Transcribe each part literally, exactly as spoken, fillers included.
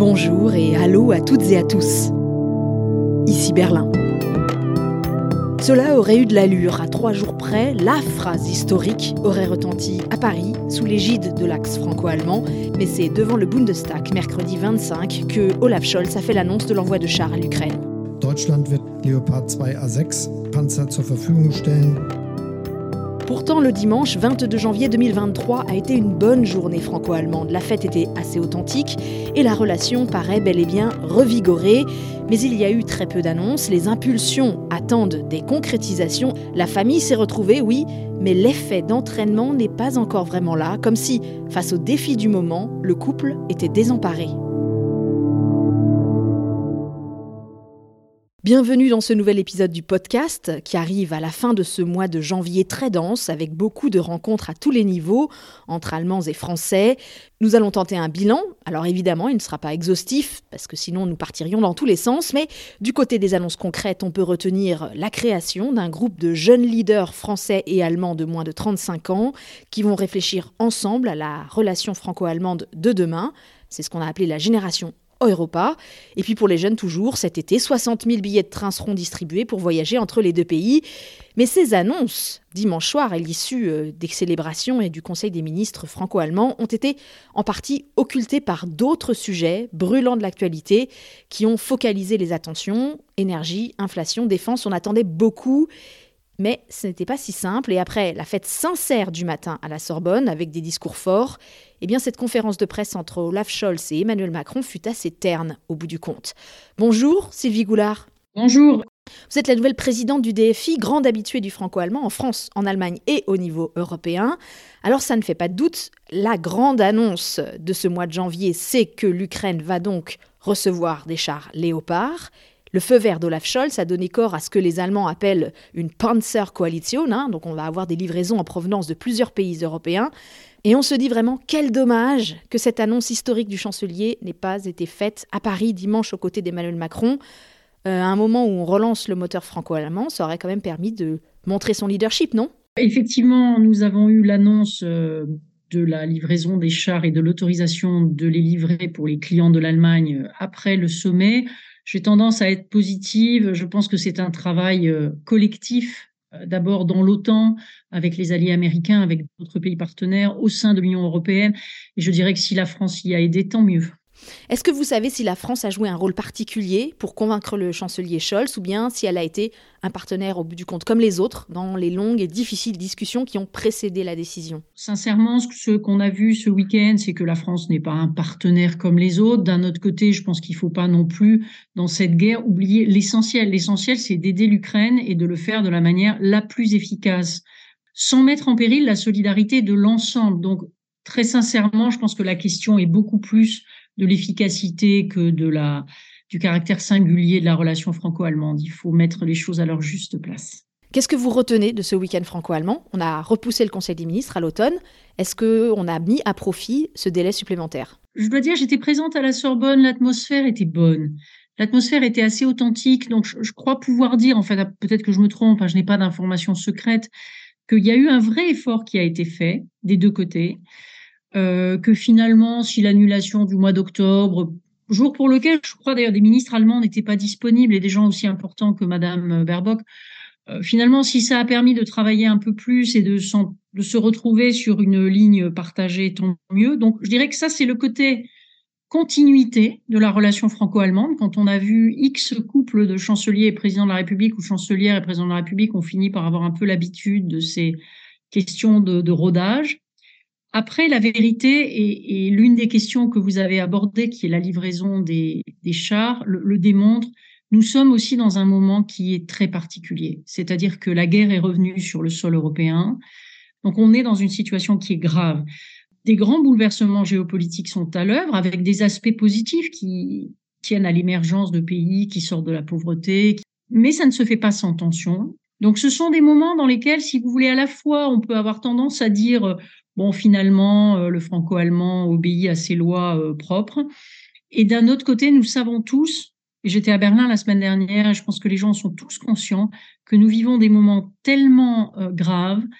Bonjour et allô à toutes et à tous. Ici Berlin. Cela aurait eu de l'allure. À trois jours près, la phrase historique aurait retenti à Paris, sous l'égide de l'axe franco-allemand. Mais c'est devant le Bundestag, mercredi vingt-cinq, que Olaf Scholz a fait l'annonce de l'envoi de chars à l'Ukraine. Deutschland wird Leopard zwei A sechs Panzer zur Verfügung stellen. Pourtant, le dimanche vingt-deux janvier deux mille vingt-trois a été une bonne journée franco-allemande. La fête était assez authentique et la relation paraît bel et bien revigorée. Mais il y a eu très peu d'annonces, les impulsions attendent des concrétisations. La famille s'est retrouvée, oui, mais l'effet d'entraînement n'est pas encore vraiment là, comme si, face aux défis du moment, le couple était désemparé. Bienvenue dans ce nouvel épisode du podcast qui arrive à la fin de ce mois de janvier très dense avec beaucoup de rencontres à tous les niveaux entre Allemands et Français. Nous allons tenter un bilan. Alors évidemment, il ne sera pas exhaustif parce que sinon nous partirions dans tous les sens. Mais du côté des annonces concrètes, on peut retenir la création d'un groupe de jeunes leaders français et allemands de moins de trente-cinq ans qui vont réfléchir ensemble à la relation franco-allemande de demain. C'est ce qu'on a appelé la génération Europa. Et puis pour les jeunes toujours, cet été, soixante mille billets de train seront distribués pour voyager entre les deux pays. Mais ces annonces, dimanche soir, à l'issue des célébrations et du Conseil des ministres franco-allemands, ont été en partie occultées par d'autres sujets brûlants de l'actualité qui ont focalisé les attentions. Énergie, inflation, défense, on attendait beaucoup. Mais ce n'était pas si simple. Et après la fête sincère du matin à la Sorbonne, avec des discours forts, eh bien cette conférence de presse entre Olaf Scholz et Emmanuel Macron fut assez terne au bout du compte. Bonjour Sylvie Goulard. Bonjour. Vous êtes la nouvelle présidente du D F I, grande habituée du franco-allemand en France, en Allemagne et au niveau européen. Alors ça ne fait pas de doute, la grande annonce de ce mois de janvier, c'est que l'Ukraine va donc recevoir des chars Léopard. Le feu vert d'Olaf Scholz a donné corps à ce que les Allemands appellent une Panzerkoalition, hein, donc on va avoir des livraisons en provenance de plusieurs pays européens. Et on se dit vraiment quel dommage que cette annonce historique du chancelier n'ait pas été faite à Paris dimanche aux côtés d'Emmanuel Macron. Euh, à un moment où on relance le moteur franco-allemand, ça aurait quand même permis de montrer son leadership, non ? Effectivement, nous avons eu l'annonce euh, de la livraison des chars et de l'autorisation de les livrer pour les clients de l'Allemagne après le sommet. J'ai tendance à être positive. Je pense que c'est un travail euh, collectif, euh, d'abord dans l'OTAN, avec les alliés américains, avec d'autres pays partenaires, au sein de l'Union européenne. Et je dirais que si la France y a aidé, tant mieux. Est-ce que vous savez si la France a joué un rôle particulier pour convaincre le chancelier Scholz ou bien si elle a été un partenaire au bout du compte, comme les autres, dans les longues et difficiles discussions qui ont précédé la décision ? Sincèrement, ce qu'on a vu ce week-end, c'est que la France n'est pas un partenaire comme les autres. D'un autre côté, je pense qu'il ne faut pas non plus, dans cette guerre, oublier l'essentiel. L'essentiel, c'est d'aider l'Ukraine et de le faire de la manière la plus efficace, sans mettre en péril la solidarité de l'ensemble. Donc, très sincèrement, je pense que la question est beaucoup plus de l'efficacité que de la, du caractère singulier de la relation franco-allemande. Il faut mettre les choses à leur juste place. Qu'est-ce que vous retenez de ce week-end franco-allemand ? On a repoussé le Conseil des ministres à l'automne. Est-ce qu'on a mis à profit ce délai supplémentaire ? Je dois dire, j'étais présente à la Sorbonne, l'atmosphère était bonne. L'atmosphère était assez authentique, donc je, je crois pouvoir dire, en fait, peut-être que je me trompe, hein, je n'ai pas d'informations secrètes, qu'il y a eu un vrai effort qui a été fait des deux côtés. Euh, que finalement, si l'annulation du mois d'octobre, jour pour lequel, je crois d'ailleurs, des ministres allemands n'étaient pas disponibles et des gens aussi importants que Madame Baerbock, euh, finalement, si ça a permis de travailler un peu plus et de, de se retrouver sur une ligne partagée, tant mieux. Donc, je dirais que ça, c'est le côté continuité de la relation franco-allemande. Quand on a vu X couples de chanceliers et président de la République ou chancelière et président de la République, on finit par avoir un peu l'habitude de ces questions de, de rodage. Après, la vérité, et, et l'une des questions que vous avez abordées, qui est la livraison des, des chars, le, le démontre. Nous sommes aussi dans un moment qui est très particulier. C'est-à-dire que la guerre est revenue sur le sol européen. Donc, on est dans une situation qui est grave. Des grands bouleversements géopolitiques sont à l'œuvre, avec des aspects positifs qui tiennent à l'émergence de pays qui sortent de la pauvreté. Mais ça ne se fait pas sans tension. Donc, ce sont des moments dans lesquels, si vous voulez, à la fois, on peut avoir tendance à dire... Bon, finalement, euh, le franco-allemand obéit à ses lois euh, propres. Et d'un autre côté, nous savons tous, et j'étais à Berlin la semaine dernière, et je pense que les gens sont tous conscients, que nous vivons des moments tellement euh, graves,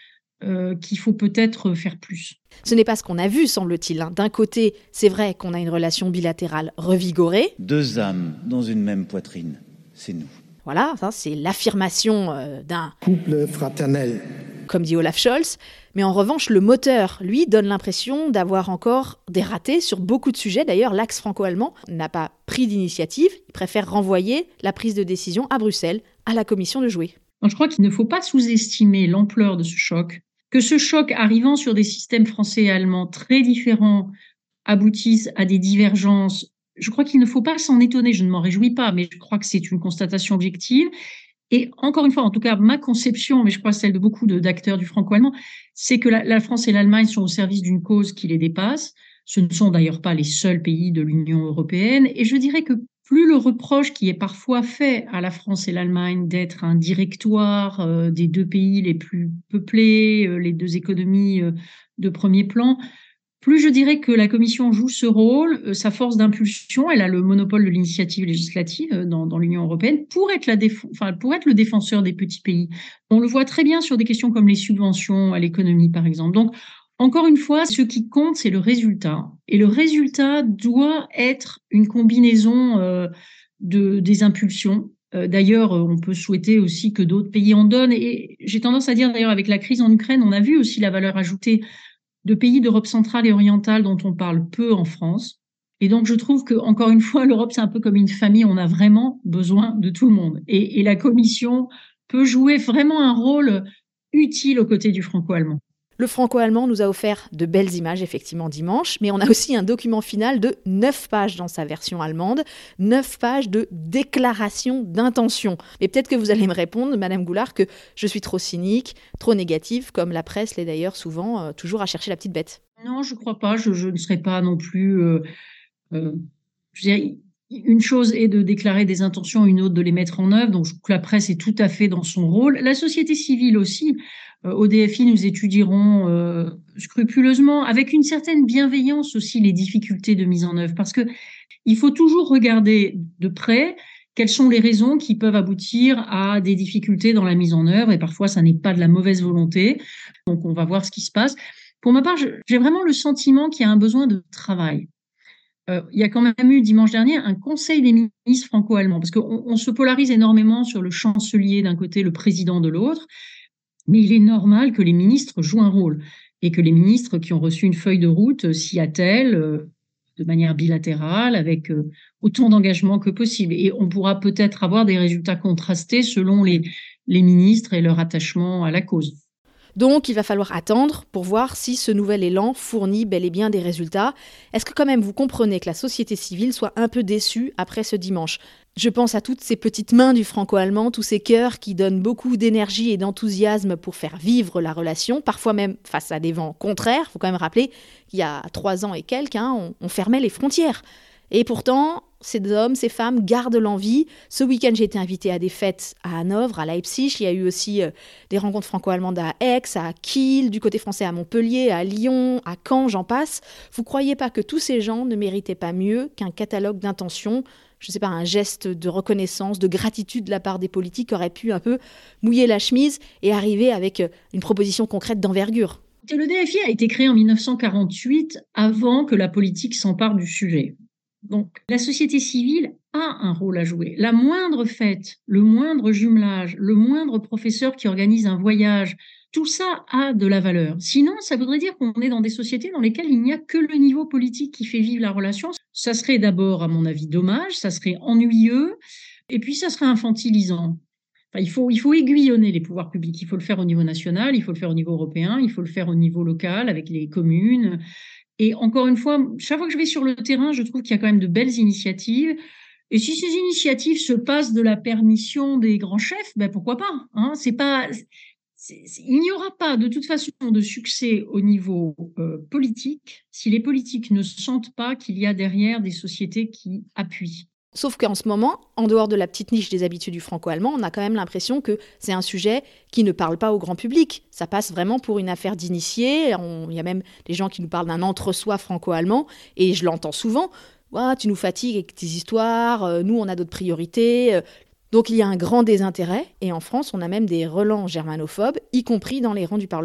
euh, qu'il faut peut-être faire plus. Ce n'est pas ce qu'on a vu, semble-t-il. Hein. D'un côté, c'est vrai qu'on a une relation bilatérale revigorée. Deux âmes dans une même poitrine, c'est nous. Voilà, ça, c'est l'affirmation euh, d'un couple fraternel, comme dit Olaf Scholz. Mais en revanche, le moteur, lui, donne l'impression d'avoir encore des ratés sur beaucoup de sujets. D'ailleurs, l'axe franco-allemand n'a pas pris d'initiative. Il préfère renvoyer la prise de décision à Bruxelles, à la Commission de jouer. Donc, je crois qu'il ne faut pas sous-estimer l'ampleur de ce choc. Que ce choc arrivant sur des systèmes français et allemands très différents aboutisse à des divergences, je crois qu'il ne faut pas s'en étonner. Je ne m'en réjouis pas, mais je crois que c'est une constatation objective. Et encore une fois, en tout cas, ma conception, mais je crois celle de beaucoup de, d'acteurs du franco-allemand, c'est que la, la France et l'Allemagne sont au service d'une cause qui les dépasse. Ce ne sont d'ailleurs pas les seuls pays de l'Union européenne. Et je dirais que plus le reproche qui est parfois fait à la France et l'Allemagne d'être un directoire euh, des deux pays les plus peuplés, euh, les deux économies euh, de premier plan, plus je dirais que la Commission joue ce rôle, euh, sa force d'impulsion, elle a le monopole de l'initiative législative dans, dans l'Union européenne, pour être, la déf- enfin, pour être le défenseur des petits pays. On le voit très bien sur des questions comme les subventions à l'économie, par exemple. Donc, encore une fois, ce qui compte, c'est le résultat. Et le résultat doit être une combinaison euh, de, des impulsions. Euh, d'ailleurs, on peut souhaiter aussi que d'autres pays en donnent. Et j'ai tendance à dire, d'ailleurs, avec la crise en Ukraine, on a vu aussi la valeur ajoutée de pays d'Europe centrale et orientale dont on parle peu en France. Et donc, je trouve que, encore une fois, l'Europe, c'est un peu comme une famille. On a vraiment besoin de tout le monde. Et, et la Commission peut jouer vraiment un rôle utile aux côtés du franco-allemand. Le franco-allemand nous a offert de belles images, effectivement, dimanche, mais on a aussi un document final de neuf pages dans sa version allemande, neuf pages de déclaration d'intention. Mais peut-être que vous allez me répondre, Madame Goulard, que je suis trop cynique, trop négative, comme la presse l'est d'ailleurs souvent, euh, toujours à chercher la petite bête. Non, je ne crois pas. Je, je ne serai pas non plus... Euh, euh, je veux dire, une chose est de déclarer des intentions, une autre de les mettre en œuvre. Donc, je trouve que la presse est tout à fait dans son rôle. La société civile aussi. Euh, au D F I, nous étudierons euh, scrupuleusement, avec une certaine bienveillance aussi, les difficultés de mise en œuvre. Parce que il faut toujours regarder de près quelles sont les raisons qui peuvent aboutir à des difficultés dans la mise en œuvre. Et parfois, ça n'est pas de la mauvaise volonté. Donc, on va voir ce qui se passe. Pour ma part, j'ai vraiment le sentiment qu'il y a un besoin de travail. Euh, il y a quand même eu dimanche dernier un conseil des ministres franco-allemands, parce qu'on on se polarise énormément sur le chancelier d'un côté, le président de l'autre, mais il est normal que les ministres jouent un rôle, et que les ministres qui ont reçu une feuille de route s'y attellent euh, de manière bilatérale, avec euh, autant d'engagement que possible. Et on pourra peut-être avoir des résultats contrastés selon les, les ministres et leur attachement à la cause. Donc, il va falloir attendre pour voir si ce nouvel élan fournit bel et bien des résultats. Est-ce que quand même vous comprenez que la société civile soit un peu déçue après ce dimanche ? Je pense à toutes ces petites mains du franco-allemand, tous ces cœurs qui donnent beaucoup d'énergie et d'enthousiasme pour faire vivre la relation, parfois même face à des vents contraires. Il faut quand même rappeler qu'il y a trois ans et quelques, hein, on, on fermait les frontières. Et pourtant, ces hommes, ces femmes gardent l'envie. Ce week-end, j'ai été invitée à des fêtes à Hanovre, à Leipzig. Il y a eu aussi euh, des rencontres franco-allemandes à Aix, à Kiel, du côté français à Montpellier, à Lyon, à Caen, j'en passe. Vous ne croyez pas que tous ces gens ne méritaient pas mieux qu'un catalogue d'intentions, je ne sais pas, un geste de reconnaissance, de gratitude de la part des politiques qui aurait pu un peu mouiller la chemise et arriver avec une proposition concrète d'envergure ? Le D F I a été créé en dix-neuf cent quarante-huit, avant que la politique s'empare du sujet. Donc, la société civile a un rôle à jouer. La moindre fête, le moindre jumelage, le moindre professeur qui organise un voyage, tout ça a de la valeur. Sinon, ça voudrait dire qu'on est dans des sociétés dans lesquelles il n'y a que le niveau politique qui fait vivre la relation. Ça serait d'abord, à mon avis, dommage, ça serait ennuyeux, et puis ça serait infantilisant. Enfin, il faut, il faut aiguillonner les pouvoirs publics. Il faut le faire au niveau national, il faut le faire au niveau européen, il faut le faire au niveau local avec les communes. Et encore une fois, chaque fois que je vais sur le terrain, je trouve qu'il y a quand même de belles initiatives. Et si ces initiatives se passent de la permission des grands chefs, ben pourquoi pas, hein, c'est pas, c'est, c'est, il n'y aura pas de toute façon de succès au niveau euh, politique si les politiques ne sentent pas qu'il y a derrière des sociétés qui appuient. Sauf qu'en ce moment, en dehors de la petite niche des habitudes du franco-allemand, on a quand même l'impression que c'est un sujet qui ne parle pas au grand public. Ça passe vraiment pour une affaire d'initiés. Il y a même des gens qui nous parlent d'un entre-soi franco-allemand. Et je l'entends souvent. Ah, tu nous fatigues avec tes histoires. Euh, nous, on a d'autres priorités. Donc, il y a un grand désintérêt. Et en France, on a même des relents germanophobe, y compris dans les rangs du Parlement.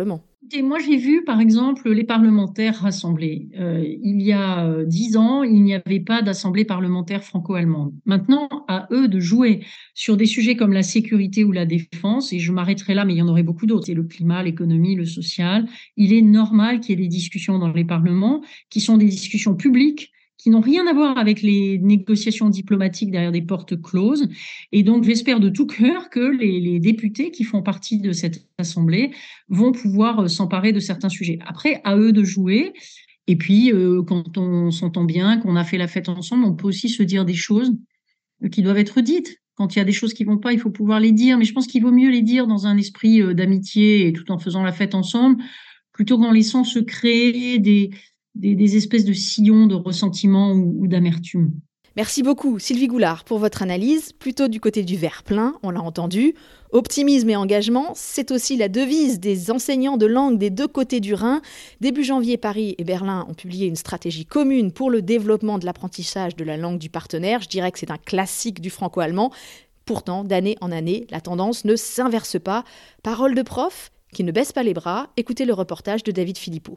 Et moi, j'ai vu, par exemple, les parlementaires rassemblés. Euh, il y a euh, dix ans, il n'y avait pas d'assemblée parlementaire franco-allemande. Maintenant, à eux de jouer sur des sujets comme la sécurité ou la défense, et je m'arrêterai là, mais il y en aurait beaucoup d'autres. C'est le climat, l'économie, le social. Il est normal qu'il y ait des discussions dans les parlements qui sont des discussions publiques, qui n'ont rien à voir avec les négociations diplomatiques derrière des portes closes. Et donc, j'espère de tout cœur que les, les députés qui font partie de cette assemblée vont pouvoir s'emparer de certains sujets. Après, à eux de jouer. Et puis, euh, quand on s'entend bien, qu'on a fait la fête ensemble, on peut aussi se dire des choses qui doivent être dites. Quand il y a des choses qui vont pas, il faut pouvoir les dire. Mais je pense qu'il vaut mieux les dire dans un esprit d'amitié et tout en faisant la fête ensemble, plutôt qu'en laissant se créer des... Des, des espèces de sillons de ressentiment ou, ou d'amertume. Merci beaucoup Sylvie Goulard pour votre analyse, plutôt du côté du verre plein, on l'a entendu. Optimisme et engagement, c'est aussi la devise des enseignants de langue des deux côtés du Rhin. Début janvier, Paris et Berlin ont publié une stratégie commune pour le développement de l'apprentissage de la langue du partenaire. Je dirais que c'est un classique du franco-allemand. Pourtant, d'année en année, la tendance ne s'inverse pas. Parole de prof qui ne baisse pas les bras. Écoutez le reportage de David Philippot.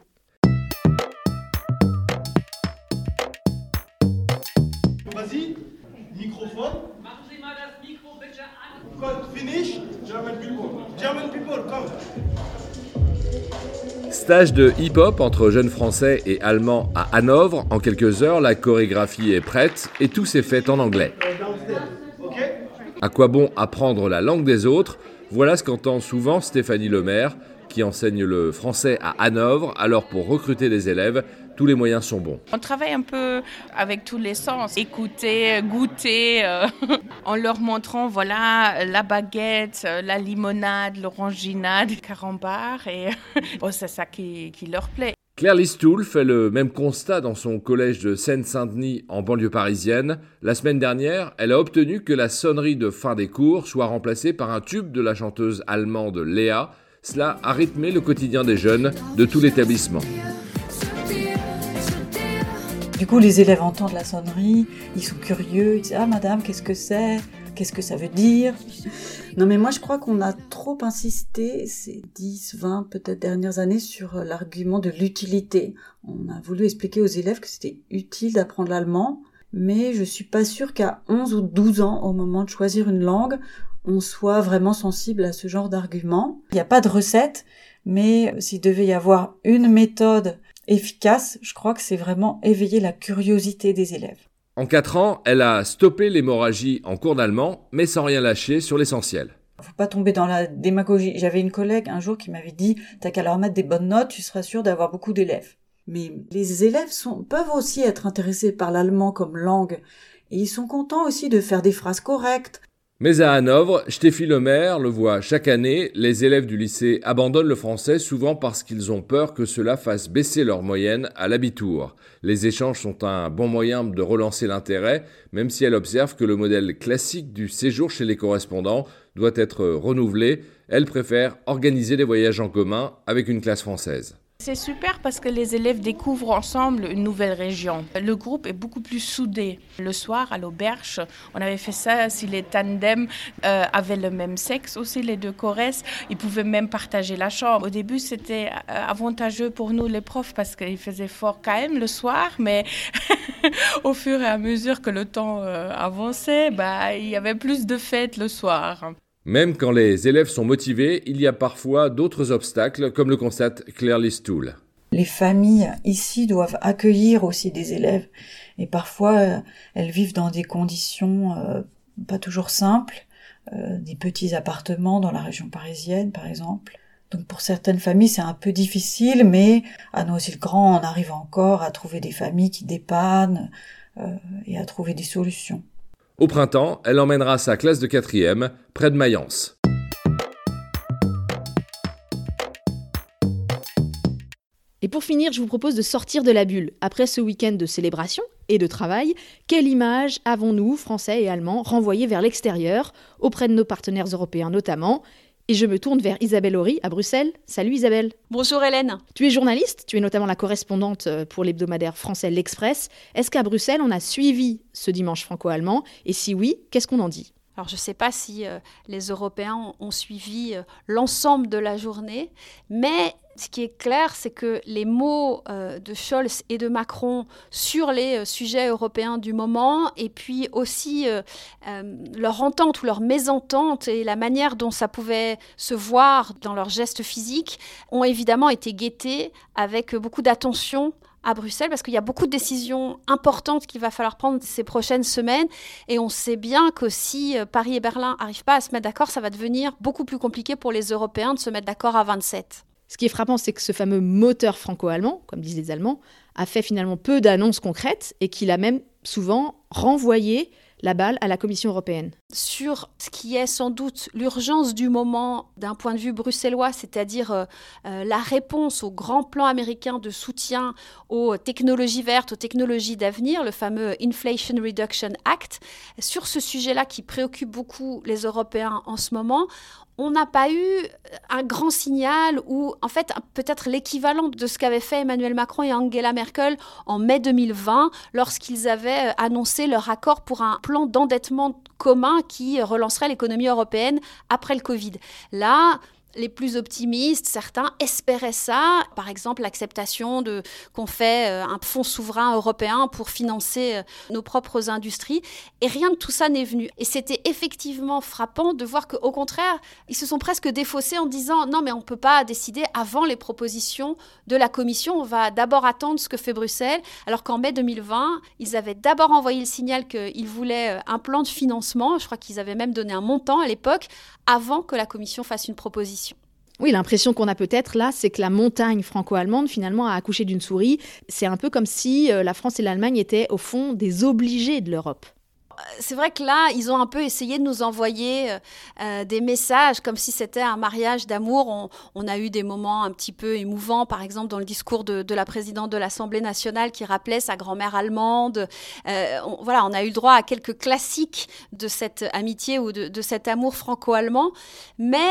Vas-y, Mikrofon. Machen Sie mal das Mikro bitte an. Good, finish. German people. German people, come. Stage de hip-hop entre jeunes français et allemands à Hanovre. En quelques heures, la chorégraphie est prête et tout s'est fait en anglais. À quoi bon apprendre la langue des autres ? Voilà ce qu'entend souvent Stéphanie Lemaire, qui enseigne le français à Hanovre. Alors pour recruter des élèves, tous les moyens sont bons. On travaille un peu avec tous les sens, écouter, goûter, euh, en leur montrant voilà la baguette, la limonade, l'oranginade, le carambar, et bon, c'est ça qui, qui leur plaît. Claire Listoul fait le même constat dans son collège de Seine-Saint-Denis en banlieue parisienne. La semaine dernière, elle a obtenu que la sonnerie de fin des cours soit remplacée par un tube de la chanteuse allemande Léa. Cela a rythmé le quotidien des jeunes de tout l'établissement. Du coup, les élèves entendent la sonnerie, ils sont curieux, ils disent « Ah madame, qu'est-ce que c'est ? Qu'est-ce que ça veut dire ?» Non mais moi je crois qu'on a trop insisté ces dix, vingt peut-être dernières années sur l'argument de l'utilité. On a voulu expliquer aux élèves que c'était utile d'apprendre l'allemand, mais je suis pas sûre qu'à onze ou douze ans, au moment de choisir une langue, on soit vraiment sensible à ce genre d'argument. Il n'y a pas de recette, mais s'il devait y avoir une méthode efficace, je crois que c'est vraiment éveiller la curiosité des élèves. En quatre ans, elle a stoppé l'hémorragie en cours d'allemand, mais sans rien lâcher sur l'essentiel. Faut pas tomber dans la démagogie. J'avais une collègue un jour qui m'avait dit « T'as qu'à leur mettre des bonnes notes, tu seras sûr d'avoir beaucoup d'élèves. » Mais les élèves sont, peuvent aussi être intéressés par l'allemand comme langue, et ils sont contents aussi de faire des phrases correctes. Mais à Hanovre, Stéphie Lemaire le voit chaque année, les élèves du lycée abandonnent le français souvent parce qu'ils ont peur que cela fasse baisser leur moyenne à l'Abitur. Les échanges sont un bon moyen de relancer l'intérêt, même si elle observe que le modèle classique du séjour chez les correspondants doit être renouvelé. Elle préfère organiser des voyages en commun avec une classe française. C'est super parce que les élèves découvrent ensemble une nouvelle région. Le groupe est beaucoup plus soudé. Le soir, à l'auberge, on avait fait ça si les tandems euh, avaient le même sexe aussi, les deux choresses. Ils pouvaient même partager la chambre. Au début, c'était avantageux pour nous, les profs, parce qu'il faisait fort calme le soir. Mais au fur et à mesure que le temps euh, avançait, bah, il y avait plus de fêtes le soir. Même quand les élèves sont motivés, il y a parfois d'autres obstacles, comme le constate Claire Listoul. Les familles ici doivent accueillir aussi des élèves, et parfois euh, elles vivent dans des conditions euh, pas toujours simples, euh, des petits appartements dans la région parisienne par exemple. Donc pour certaines familles c'est un peu difficile, mais à Noisy-le-Grand on arrive encore à trouver des familles qui dépannent euh, et à trouver des solutions. Au printemps, elle emmènera sa classe de quatrième près de Mayence. Et pour finir, je vous propose de sortir de la bulle. Après ce week-end de célébration et de travail, quelle image avons-nous, Français et Allemands, renvoyée vers l'extérieur, auprès de nos partenaires européens notamment ? Et je me tourne vers Isabelle Horry à Bruxelles. Salut Isabelle. Bonjour Hélène. Tu es journaliste, tu es notamment la correspondante pour l'hebdomadaire français L'Express. Est-ce qu'à Bruxelles, on a suivi ce dimanche franco-allemand ? Et si oui, qu'est-ce qu'on en dit ? Alors je ne sais pas si euh, les Européens ont, ont suivi euh, l'ensemble de la journée, mais Ce qui est clair, c'est que les mots euh, de Scholz et de Macron sur les euh, sujets européens du moment, et puis aussi euh, euh, leur entente ou leur mésentente et la manière dont ça pouvait se voir dans leurs gestes physiques, ont évidemment été guettés avec beaucoup d'attention à Bruxelles, parce qu'il y a beaucoup de décisions importantes qu'il va falloir prendre ces prochaines semaines. Et on sait bien que si Paris et Berlin n'arrivent pas à se mettre d'accord, ça va devenir beaucoup plus compliqué pour les Européens de se mettre d'accord à vingt-sept. Ce qui est frappant, c'est que ce fameux moteur franco-allemand, comme disent les Allemands, a fait finalement peu d'annonces concrètes et qu'il a même souvent renvoyé la balle à la Commission européenne. Sur ce qui est sans doute l'urgence du moment d'un point de vue bruxellois, c'est-à-dire euh, euh, la réponse au grand plan américain de soutien aux technologies vertes, aux technologies d'avenir, le fameux Inflation Reduction Act, sur ce sujet-là qui préoccupe beaucoup les Européens en ce moment, on n'a pas eu un grand signal ou en fait peut-être l'équivalent de ce qu'avaient fait Emmanuel Macron et Angela Merkel en mai deux mille vingt lorsqu'ils avaient annoncé leur accord pour un plan d'endettement commun qui relancerait l'économie européenne après le Covid. Là, les plus optimistes, certains espéraient ça, par exemple l'acceptation de, qu'on fait un fonds souverain européen pour financer nos propres industries, et rien de tout ça n'est venu. Et c'était effectivement frappant de voir qu'au contraire, ils se sont presque défaussés en disant « Non, mais on ne peut pas décider avant les propositions de la Commission, on va d'abord attendre ce que fait Bruxelles », alors qu'en mai deux mille vingt, ils avaient d'abord envoyé le signal qu'ils voulaient un plan de financement, je crois qu'ils avaient même donné un montant à l'époque, avant que la Commission fasse une proposition. Oui, l'impression qu'on a peut-être là, c'est que la montagne franco-allemande, finalement, a accouché d'une souris. C'est un peu comme si euh, la France et l'Allemagne étaient, au fond, des obligés de l'Europe. C'est vrai que là, ils ont un peu essayé de nous envoyer euh, des messages comme si c'était un mariage d'amour. On, on a eu des moments un petit peu émouvants, par exemple dans le discours de, de la présidente de l'Assemblée nationale qui rappelait sa grand-mère allemande. Euh, on, voilà, on a eu le droit à quelques classiques de cette amitié ou de, de cet amour franco-allemand. Mais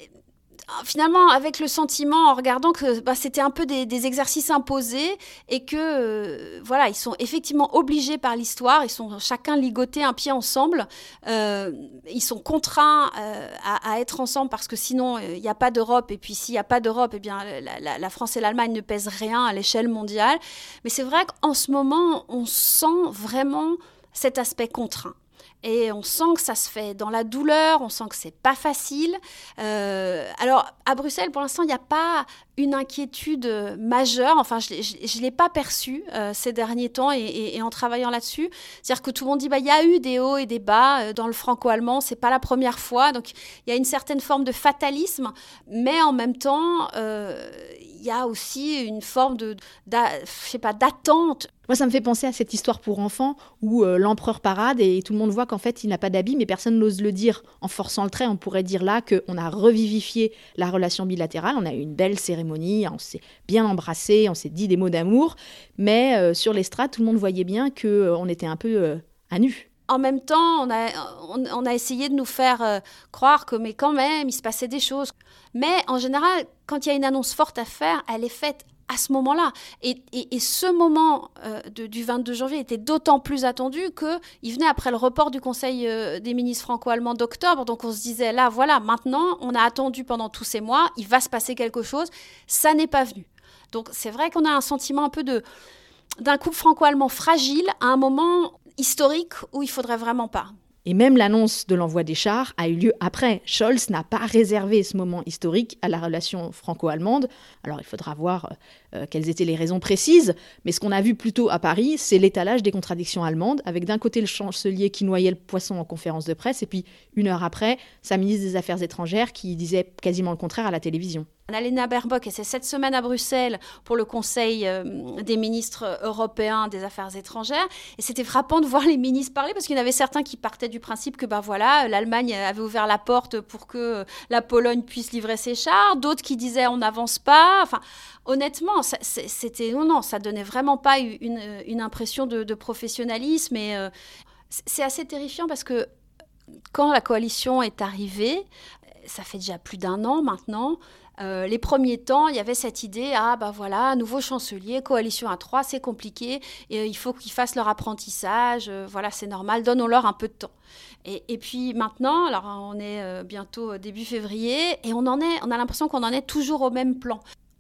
finalement, avec le sentiment, en regardant que bah, c'était un peu des, des exercices imposés et que, euh, voilà, ils sont effectivement obligés par l'histoire, ils sont chacun ligotés un pied ensemble, euh, ils sont contraints euh, à, à être ensemble parce que sinon, il euh, n'y a pas d'Europe. Et puis, s'il n'y a pas d'Europe, eh bien, la, la, la France et l'Allemagne ne pèsent rien à l'échelle mondiale. Mais c'est vrai qu'en ce moment, on sent vraiment cet aspect contraint. Et on sent que ça se fait dans la douleur, on sent que c'est pas facile. Euh, alors, à Bruxelles, pour l'instant, il n'y a pas une inquiétude majeure. Enfin, je ne l'ai pas perçue euh, ces derniers temps et, et, et en travaillant là-dessus. C'est-à-dire que tout le monde dit, bah, il y a eu des hauts et des bas euh, dans le franco-allemand, c'est pas la première fois. Donc, il y a une certaine forme de fatalisme, mais en même temps, euh, il y a aussi une forme de, d'a, je sais pas, d'attente. Moi, ça me fait penser à cette histoire pour enfants où euh, l'empereur parade et tout le monde voit qu'en fait, il n'a pas d'habit, mais personne n'ose le dire. En forçant le trait, on pourrait dire là qu'on a revivifié la relation bilatérale. On a eu une belle cérémonie, on s'est bien embrassé, on s'est dit des mots d'amour. Mais euh, sur l'estrade, tout le monde voyait bien qu'on euh, était un peu euh, à nu. En même temps, on a, on, on a essayé de nous faire euh, croire que, mais quand même, il se passait des choses. Mais en général, quand il y a une annonce forte à faire, elle est faite à ce moment-là. Et, et, et ce moment euh, de, du vingt-deux janvier était d'autant plus attendu qu'il venait après le report du Conseil euh, des ministres franco-allemands d'octobre. Donc on se disait, là, voilà, maintenant, on a attendu pendant tous ces mois, il va se passer quelque chose. Ça n'est pas venu. Donc c'est vrai qu'on a un sentiment un peu de, d'un couple franco-allemand fragile à un moment historique où il ne faudrait vraiment pas. Et même l'annonce de l'envoi des chars a eu lieu après. Scholz n'a pas réservé ce moment historique à la relation franco-allemande. Alors il faudra voir euh, quelles étaient les raisons précises, mais ce qu'on a vu plutôt à Paris, c'est l'étalage des contradictions allemandes, avec d'un côté le chancelier qui noyait le poisson en conférence de presse, et puis une heure après, sa ministre des Affaires étrangères qui disait quasiment le contraire à la télévision. Annalena Baerbock, et c'est cette semaine à Bruxelles pour le Conseil euh, des ministres européens des Affaires étrangères. Et c'était frappant de voir les ministres parler parce qu'il y en avait certains qui partaient du principe que ben voilà, l'Allemagne avait ouvert la porte pour que la Pologne puisse livrer ses chars. D'autres qui disaient on n'avance pas. Enfin, honnêtement, ça, c'était non, non, ça donnait vraiment pas une, une impression de, de professionnalisme. Et euh, c'est assez terrifiant parce que quand la coalition est arrivée, ça fait déjà plus d'un an maintenant. Euh, les premiers temps, il y avait cette idée, ah ben voilà, nouveau chancelier, coalition à trois, c'est compliqué, et euh, il faut qu'ils fassent leur apprentissage, euh, voilà, c'est normal, donnons-leur un peu de temps. Et, et puis maintenant, alors on est euh, bientôt début février, et on en est, on a l'impression qu'on en est toujours au même plan.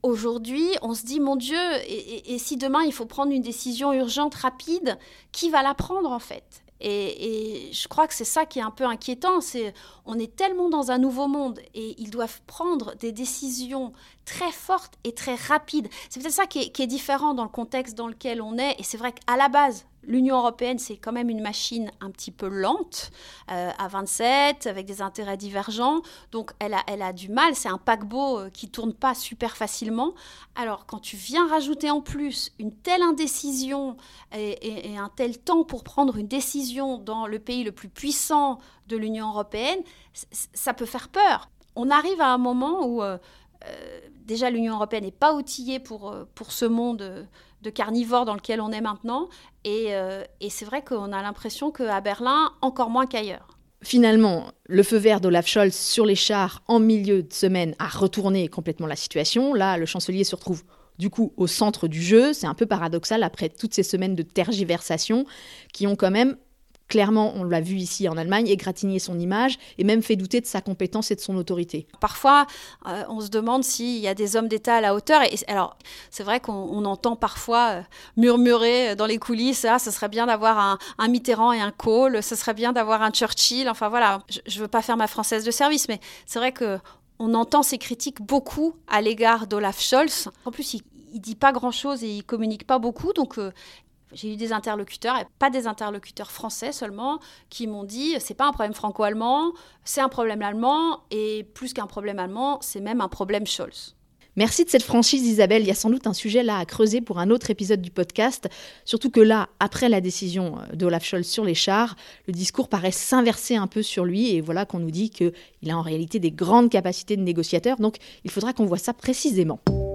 aujourd'hui, on se dit, mon Dieu, et, et, et si demain il faut prendre une décision urgente, rapide, qui va la prendre en fait ? Et, et je crois que c'est ça qui est un peu inquiétant, c'est on est tellement dans un nouveau monde et ils doivent prendre des décisions très fortes et très rapides. C'est peut-être ça qui est, qui est différent dans le contexte dans lequel on est. Et c'est vrai qu'à la base, l'Union européenne, c'est quand même une machine un petit peu lente, euh, à vingt-sept, avec des intérêts divergents. Donc, elle a, elle a du mal. C'est un paquebot euh, qui ne tourne pas super facilement. Alors, quand tu viens rajouter en plus une telle indécision et, et, et un tel temps pour prendre une décision dans le pays le plus puissant de l'Union européenne, c- ça peut faire peur. On arrive à un moment où, euh, euh, déjà, l'Union européenne n'est pas outillée pour, euh, pour ce monde euh, de carnivores dans lequel on est maintenant. Et, euh, et c'est vrai qu'on a l'impression qu'à Berlin, encore moins qu'ailleurs. Finalement, le feu vert d'Olaf Scholz sur les chars en milieu de semaine a retourné complètement la situation. Là, le chancelier se retrouve du coup au centre du jeu. C'est un peu paradoxal après toutes ces semaines de tergiversation qui ont quand même, clairement, on l'a vu ici en Allemagne, égratigné son image et même fait douter de sa compétence et de son autorité. Parfois, euh, on se demande s'il y a des hommes d'État à la hauteur. Et, alors, c'est vrai qu'on on entend parfois euh, murmurer dans les coulisses, ah, ce serait bien d'avoir un, un Mitterrand et un Kohl, ce serait bien d'avoir un Churchill. Enfin voilà, je ne veux pas faire ma française de service, mais c'est vrai qu'on entend ces critiques beaucoup à l'égard d'Olaf Scholz. En plus, il ne dit pas grand-chose et il ne communique pas beaucoup, donc... Euh, J'ai eu des interlocuteurs, et pas des interlocuteurs français seulement, qui m'ont dit c'est pas un problème franco-allemand, c'est un problème allemand, et plus qu'un problème allemand, c'est même un problème Scholz. Merci de cette franchise, Isabelle. Il y a sans doute un sujet là à creuser pour un autre épisode du podcast. Surtout que là, après la décision d'Olaf Scholz sur les chars, le discours paraît s'inverser un peu sur lui. Et voilà qu'on nous dit qu'il a en réalité des grandes capacités de négociateur. Donc, il faudra qu'on voit ça précisément.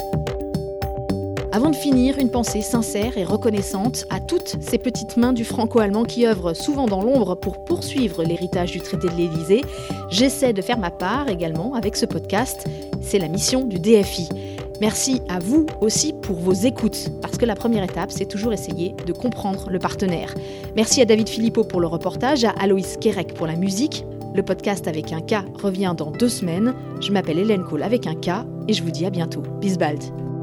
Avant de finir, une pensée sincère et reconnaissante à toutes ces petites mains du franco-allemand qui œuvrent souvent dans l'ombre pour poursuivre l'héritage du traité de l'Élysée. J'essaie de faire ma part également avec ce podcast. C'est la mission du D F I. Merci à vous aussi pour vos écoutes, parce que la première étape, c'est toujours essayer de comprendre le partenaire. Merci à David Philippot pour le reportage, à Aloïs Kerek pour la musique. Le podcast avec un K revient dans deux semaines. Je m'appelle Hélène Cole avec un K et je vous dis à bientôt. Bis bald.